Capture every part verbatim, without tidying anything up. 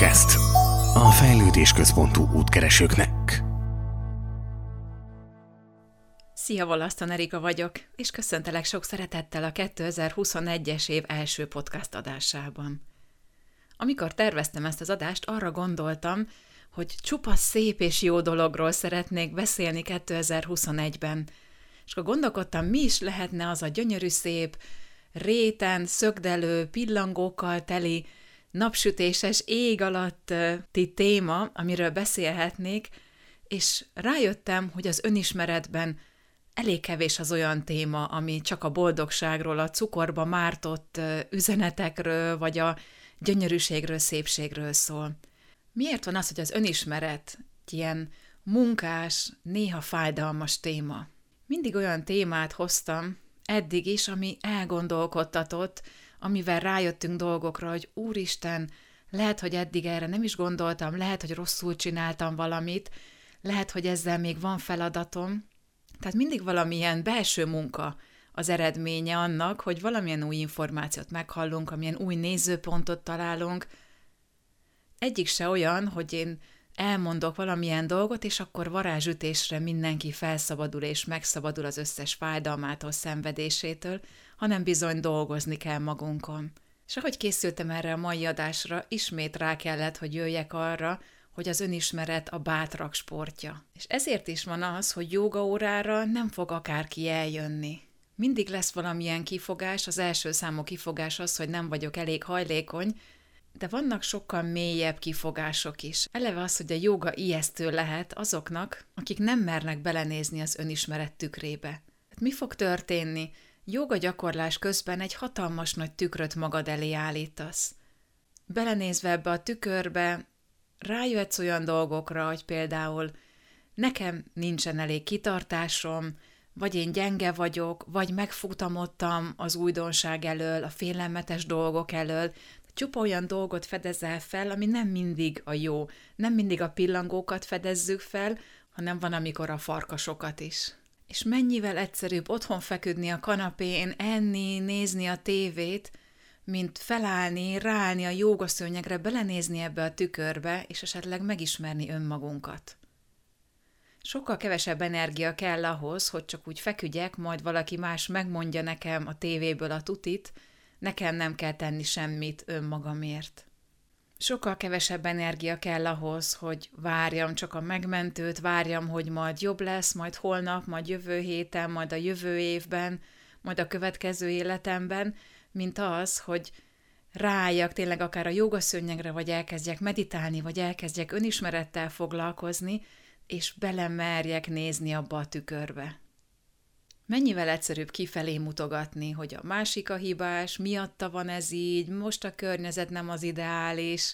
Podcast. A fejlődés központú útkeresőknek. Szia, Volaszton Erika vagyok, és köszöntelek sok szeretettel a kétezer-huszonegyes év első podcast adásában. Amikor terveztem ezt az adást, arra gondoltam, hogy csupa szép és jó dologról szeretnék beszélni kétezer-huszonegyben, és akkor gondolkodtam, mi is lehetne az a gyönyörű szép, réten, szögdelő, pillangókkal teli, napsütéses, ég alatti téma, amiről beszélhetnék, és rájöttem, hogy az önismeretben elég kevés az olyan téma, ami csak a boldogságról, a cukorba mártott üzenetekről, vagy a gyönyörűségről, szépségről szól. Miért van az, hogy az önismeret egy ilyen munkás, néha fájdalmas téma? Mindig olyan témát hoztam eddig is, ami elgondolkodtatott, amivel rájöttünk dolgokra, hogy úristen, lehet, hogy eddig erre nem is gondoltam, lehet, hogy rosszul csináltam valamit, lehet, hogy ezzel még van feladatom. Tehát mindig valamilyen belső munka az eredménye annak, hogy valamilyen új információt meghallunk, amilyen új nézőpontot találunk. Egyik se olyan, hogy én elmondok valamilyen dolgot, és akkor varázsütésre mindenki felszabadul és megszabadul az összes fájdalmától, szenvedésétől, hanem bizony dolgozni kell magunkon. És ahogy készültem erre a mai adásra, ismét rá kellett, hogy jöjjek arra, hogy az önismeret a bátrak sportja. És ezért is van az, hogy jóga órára nem fog akárki eljönni. Mindig lesz valamilyen kifogás, az első számú kifogás az, hogy nem vagyok elég hajlékony, de vannak sokkal mélyebb kifogások is. Eleve az, hogy a jóga ijesztő lehet azoknak, akik nem mernek belenézni az önismeret tükrébe. Hát mi fog történni? Jóga gyakorlás közben egy hatalmas nagy tükröt magad elé állítasz. Belenézve ebbe a tükörbe, rájöhetsz olyan dolgokra, hogy például nekem nincsen elég kitartásom, vagy én gyenge vagyok, vagy megfutamodtam az újdonság elől, a félelmetes dolgok elől. Csupa olyan dolgot fedezel fel, ami nem mindig a jó, nem mindig a pillangókat fedezzük fel, hanem van, amikor a farkasokat is. És mennyivel egyszerűbb otthon feküdni a kanapén, enni, nézni a tévét, mint felállni, ráállni a jógaszőnyegre, belenézni ebbe a tükörbe, és esetleg megismerni önmagunkat. Sokkal kevesebb energia kell ahhoz, hogy csak úgy feküdjek, majd valaki más megmondja nekem a tévéből a tutit, nekem nem kell tenni semmit önmagamért. Sokkal kevesebb energia kell ahhoz, hogy várjam csak a megmentőt, várjam, hogy majd jobb lesz, majd holnap, majd jövő héten, majd a jövő évben, majd a következő életemben, mint az, hogy ráálljak tényleg akár a jógaszőnyegre, vagy elkezdjek meditálni, vagy elkezdjek önismerettel foglalkozni, és belemerjek nézni abba a tükörbe. Mennyivel egyszerűbb kifelé mutogatni, hogy a másik a hibás, miatta van ez így, most a környezet nem az ideális.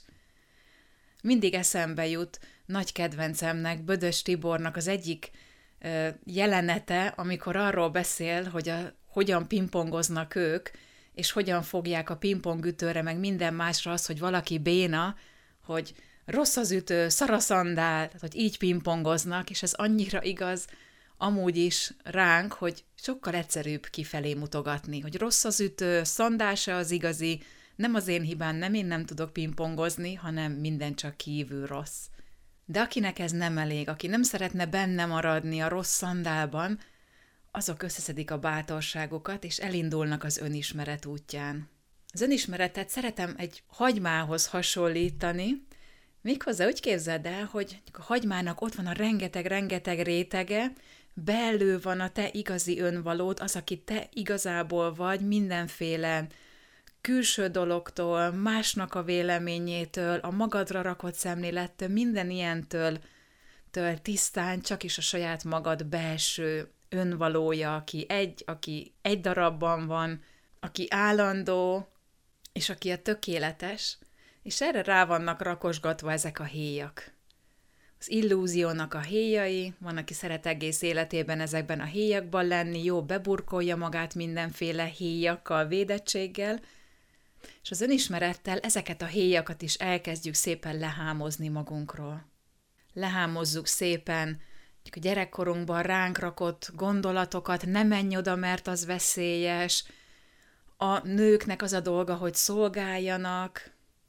Mindig eszembe jut nagy kedvencemnek, Bödös Tibornak az egyik ö, jelenete, amikor arról beszél, hogy a, hogyan pingpongoznak ők, és hogyan fogják a pingpongütőre, meg minden másra az, hogy valaki béna, hogy rossz az ütő, szar a szandál, tehát hogy így pingpongoznak, és ez annyira igaz, amúgy is ránk, hogy sokkal egyszerűbb kifelé mutogatni, hogy rossz az ütő, szandál se az igazi, nem az én hibám, nem én nem tudok pingpongozni, hanem minden csak kívül rossz. De akinek ez nem elég, aki nem szeretne benne maradni a rossz szandálban, azok összeszedik a bátorságokat, és elindulnak az önismeret útján. Az önismeretet szeretem egy hagymához hasonlítani, méghozzá úgy képzeld el, hogy a hagymának ott van a rengeteg-rengeteg rétege, belül van a te igazi önvalód, az, aki te igazából vagy, mindenféle külső dologtól, másnak a véleményétől, a magadra rakott szemlélettől, minden ilyentől től tisztán csak is a saját magad belső önvalója, aki egy, aki egy darabban van, aki állandó, és aki a tökéletes, és erre rá vannak rakosgatva ezek a héjak. Az illúziónak a héjai, van, aki szeret egész életében ezekben a héjakban lenni, jó beburkolja magát mindenféle héjakkal, védettséggel, és az önismerettel ezeket a héjakat is elkezdjük szépen lehámozni magunkról. Lehámozzuk szépen a gyerekkorunkban ránk rakott gondolatokat, ne menj oda, mert az veszélyes, a nőknek az a dolga, hogy szolgáljanak,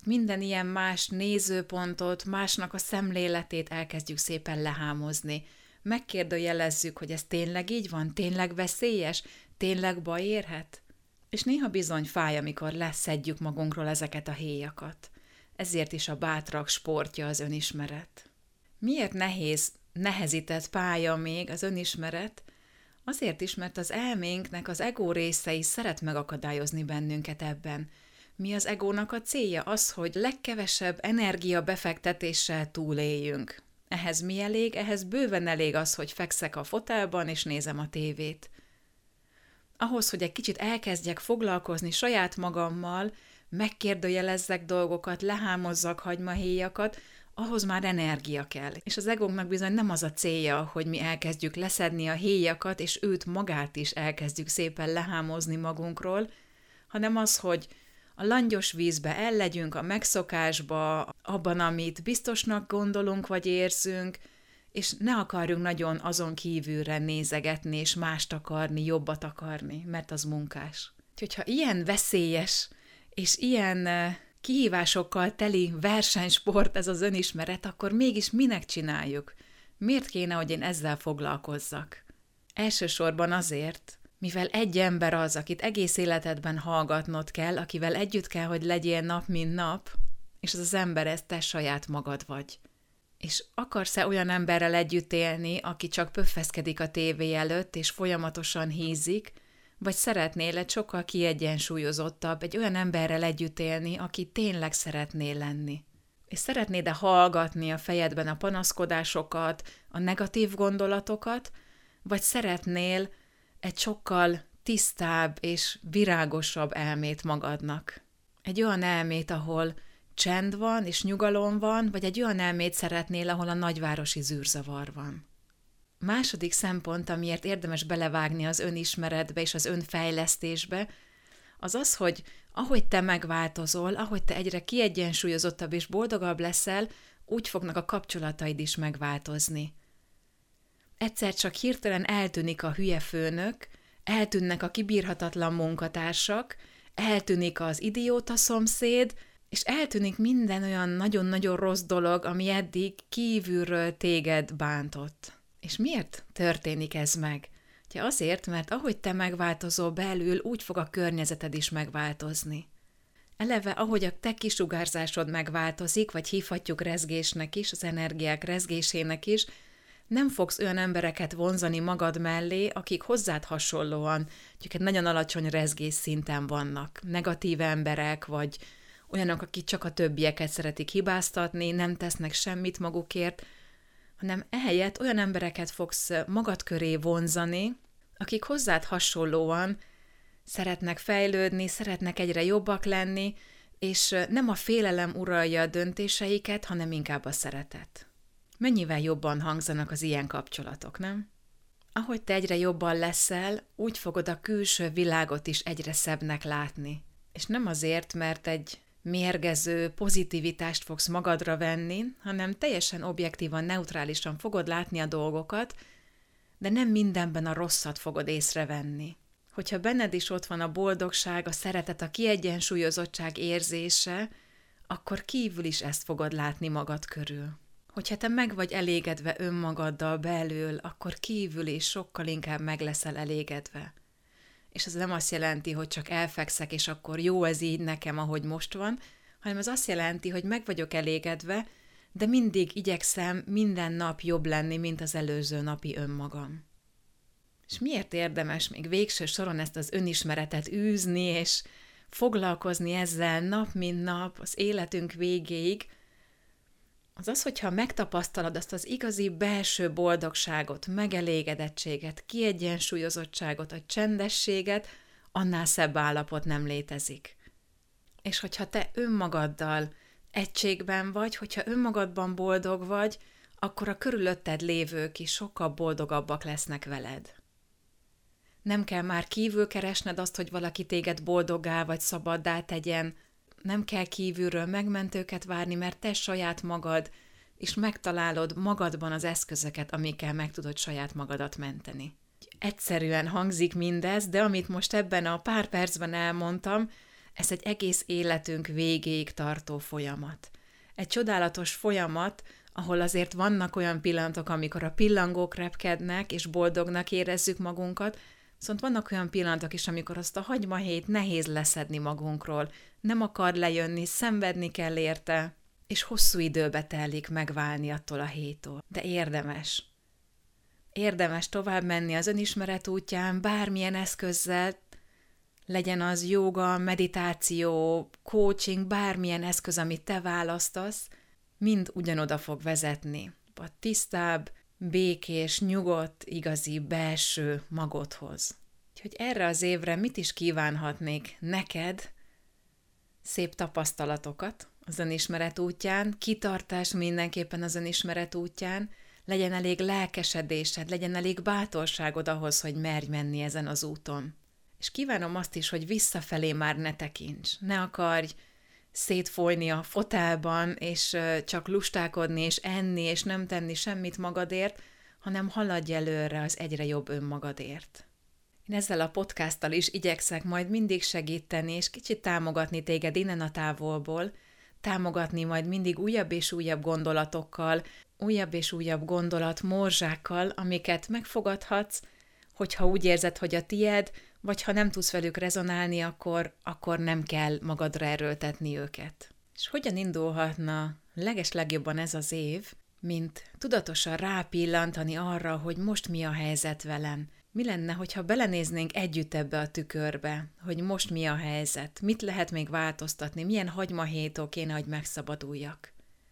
minden ilyen más nézőpontot, másnak a szemléletét elkezdjük szépen lehámozni. Megkérdőjelezzük, hogy ez tényleg így van, tényleg veszélyes, tényleg baj érhet? És néha bizony fáj, amikor leszedjük magunkról ezeket a héjakat. Ezért is a bátrak sportja az önismeret. Miért nehéz, nehezített pálya még az önismeret? Azért is, mert az elménknek az ego részei szeret megakadályozni bennünket ebben. Mi az egónak a célja? Az, hogy legkevesebb energia befektetéssel túléljünk. Ehhez mi elég? Ehhez bőven elég az, hogy fekszek a fotelban és nézem a tévét. Ahhoz, hogy egy kicsit elkezdjek foglalkozni saját magammal, megkérdőjelezzek dolgokat, lehámozzak hagymahéjakat, ahhoz már energia kell. És az egónknak bizony nem az a célja, hogy mi elkezdjük leszedni a héjakat, és őt magát is elkezdjük szépen lehámozni magunkról, hanem az, hogy a langyos vízbe ellegyünk, a megszokásba, abban, amit biztosnak gondolunk vagy érzünk, és ne akarjunk nagyon azon kívülre nézegetni, és mást akarni, jobbat akarni, mert az munkás. Úgyhogy ha ilyen veszélyes, és ilyen kihívásokkal teli versenysport ez az önismeret, akkor mégis minek csináljuk? Miért kéne, hogy én ezzel foglalkozzak? Elsősorban azért, mivel egy ember az, akit egész életedben hallgatnod kell, akivel együtt kell, hogy legyél nap, mint nap, és az az ember, ez te saját magad vagy. És akarsz-e olyan emberrel együtt élni, aki csak pöffeszkedik a tévé előtt, és folyamatosan hízik, vagy szeretnél egy sokkal kiegyensúlyozottabb, egy olyan emberrel együtt élni, aki tényleg szeretnél lenni? És szeretnéd-e hallgatni a fejedben a panaszkodásokat, a negatív gondolatokat, vagy szeretnél egy sokkal tisztább és virágosabb elmét magadnak? Egy olyan elmét, ahol csend van és nyugalom van, vagy egy olyan elmét szeretnél, ahol a nagyvárosi zűrzavar van? Második szempont, amiért érdemes belevágni az önismeretbe és az önfejlesztésbe, az az, hogy ahogy te megváltozol, ahogy te egyre kiegyensúlyozottabb és boldogabb leszel, úgy fognak a kapcsolataid is megváltozni. Egyszer csak hirtelen eltűnik a hülye főnök, eltűnnek a kibírhatatlan munkatársak, eltűnik az idióta szomszéd, és eltűnik minden olyan nagyon-nagyon rossz dolog, ami eddig kívülről téged bántott. És miért történik ez meg? Ugye azért, mert ahogy te megváltozol belül, úgy fog a környezeted is megváltozni. Eleve, ahogy a te kisugárzásod megváltozik, vagy hívhatjuk rezgésnek is, az energiák rezgésének is, nem fogsz olyan embereket vonzani magad mellé, akik hozzád hasonlóan, mondjuk egy nagyon alacsony rezgés szinten vannak. Negatív emberek, vagy olyanok, akik csak a többieket szeretik hibáztatni, nem tesznek semmit magukért, hanem ehelyett olyan embereket fogsz magad köré vonzani, akik hozzád hasonlóan szeretnek fejlődni, szeretnek egyre jobbak lenni, és nem a félelem uralja a döntéseiket, hanem inkább a szeretet. Mennyivel jobban hangzanak az ilyen kapcsolatok, nem? Ahogy te egyre jobban leszel, úgy fogod a külső világot is egyre szebbnek látni. És nem azért, mert egy mérgező pozitivitást fogsz magadra venni, hanem teljesen objektívan, neutrálisan fogod látni a dolgokat, de nem mindenben a rosszat fogod észrevenni. Hogyha benned is ott van a boldogság, a szeretet, a kiegyensúlyozottság érzése, akkor kívül is ezt fogod látni magad körül. Hogyha te meg vagy elégedve önmagaddal belül, akkor kívül is sokkal inkább meg leszel elégedve. És ez nem azt jelenti, hogy csak elfekszek, és akkor jó ez így nekem, ahogy most van, hanem ez azt jelenti, hogy meg vagyok elégedve, de mindig igyekszem minden nap jobb lenni, mint az előző napi önmagam. És miért érdemes még végső soron ezt az önismeretet űzni, és foglalkozni ezzel nap, mint nap, az életünk végéig, az az, hogyha megtapasztalod azt az igazi belső boldogságot, megelégedettséget, kiegyensúlyozottságot, a csendességet, annál szebb állapot nem létezik. És hogyha te önmagaddal egységben vagy, hogyha önmagadban boldog vagy, akkor a körülötted lévők is sokkal boldogabbak lesznek veled. Nem kell már kívül keresned azt, hogy valaki téged boldoggá vagy szabaddá tegyen, nem kell kívülről megmentőket várni, mert te saját magad, és megtalálod magadban az eszközöket, amikkel meg tudod saját magadat menteni. Egyszerűen hangzik mindez, de amit most ebben a pár percben elmondtam, Ez egy egész életünk végéig tartó folyamat. Egy csodálatos folyamat, ahol azért vannak olyan pillanatok, amikor a pillangók repkednek, és boldognak érezzük magunkat, viszont vannak olyan pillanatok is, amikor azt a hagymahéjt nehéz leszedni magunkról, nem akar lejönni, szenvedni kell érte, és hosszú időbe telik megválni attól a héjtól. De érdemes. Érdemes tovább menni az önismeret útján, bármilyen eszközzel, legyen az jóga, meditáció, coaching, bármilyen eszköz, amit te választasz, mind ugyanoda fog vezetni. A tisztább, békés, nyugodt, igazi belső magodhoz. Úgyhogy erre az évre mit is kívánhatnék neked? Szép tapasztalatokat az önismeret útján, kitartás mindenképpen az önismeret útján, legyen elég lelkesedésed, legyen elég bátorságod ahhoz, hogy merj menni ezen az úton. És kívánom azt is, hogy visszafelé már ne tekints, ne akarj szétfolyni a fotelban, és csak lustálkodni, és enni, és nem tenni semmit magadért, hanem haladj előre az egyre jobb önmagadért. Én ezzel a podcasttal is igyekszek majd mindig segíteni, és kicsit támogatni téged innen a távolból, támogatni majd mindig újabb és újabb gondolatokkal, újabb és újabb gondolatmorzsákkal, amiket megfogadhatsz, hogyha úgy érzed, hogy a tied, vagy ha nem tudsz velük rezonálni, akkor, akkor nem kell magadra erőltetni őket. És hogyan indulhatna legeslegjobban ez az év, mint tudatosan rápillantani arra, hogy most mi a helyzet velem. Mi lenne, hogyha belenéznénk együtt ebbe a tükörbe, hogy most mi a helyzet, mit lehet még változtatni, milyen hagymahéjtól kéne, hogy megszabaduljak.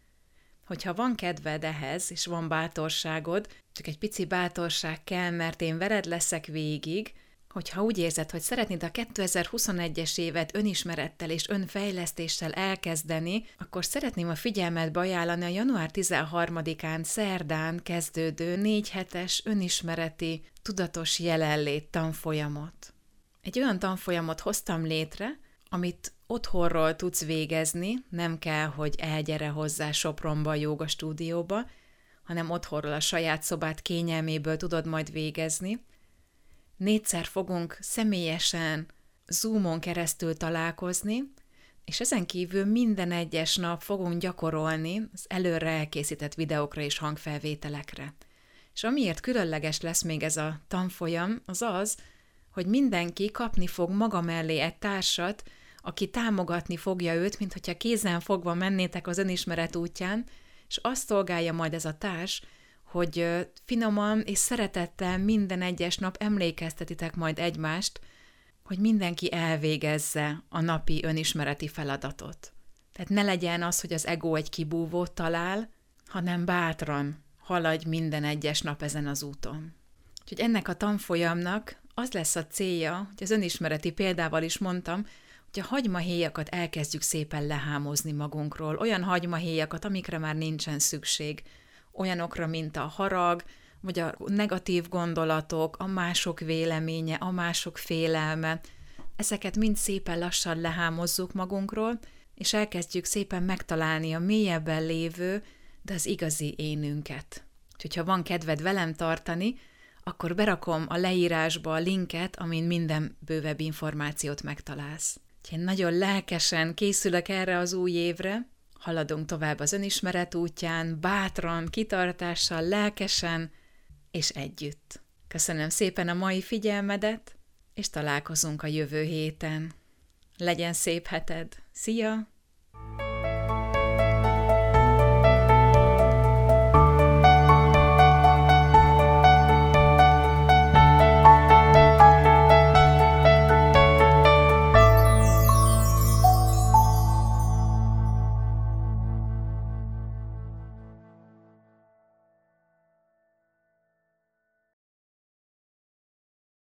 Hogyha van kedved ehhez, és van bátorságod, csak egy pici bátorság kell, mert én veled leszek végig, hogyha úgy érzed, hogy szeretnéd a kétezer-huszonegyes évet önismerettel és önfejlesztéssel elkezdeni, akkor szeretném a figyelmetbe ajánlani a január tizenharmadikán szerdán kezdődő négy hetes önismereti tudatos jelenlét tanfolyamot. Egy olyan tanfolyamot hoztam létre, amit otthonról tudsz végezni, nem kell, hogy elgyere hozzá Sopronba a jóga stúdióba, hanem otthonról a saját szobád kényelméből tudod majd végezni. Négyszer fogunk személyesen Zoomon keresztül találkozni, és ezen kívül minden egyes nap fogunk gyakorolni az előre elkészített videókra és hangfelvételekre. És amiért különleges lesz még ez a tanfolyam, az az, hogy mindenki kapni fog maga mellé egy társat, aki támogatni fogja őt, mint hogyha kézen fogva mennétek az önismeret útján, és azt szolgálja majd ez a társ, hogy finoman és szeretettel minden egyes nap emlékeztetitek majd egymást, hogy mindenki elvégezze a napi önismereti feladatot. Tehát ne legyen az, hogy az ego egy kibúvót talál, hanem bátran haladj minden egyes nap ezen az úton. Úgyhogy ennek a tanfolyamnak az lesz a célja, hogy az önismereti példával is mondtam, hogy a hagymahéjakat elkezdjük szépen lehámozni magunkról, olyan hagymahéjakat, amikre már nincsen szükség, olyanokra, mint a harag, vagy a negatív gondolatok, a mások véleménye, a mások félelme. Ezeket mind szépen lassan lehámozzuk magunkról, és elkezdjük szépen megtalálni a mélyebben lévő, de az igazi énünket. Úgyhogy ha van kedved velem tartani, akkor berakom a leírásba a linket, amin minden bővebb információt megtalálsz. Úgyhogy én nagyon lelkesen készülök erre az új évre, haladunk tovább az önismeret útján, bátran, kitartással, lelkesen és együtt. Köszönöm szépen a mai figyelmedet, és találkozunk a jövő héten. Legyen szép heted! Szia!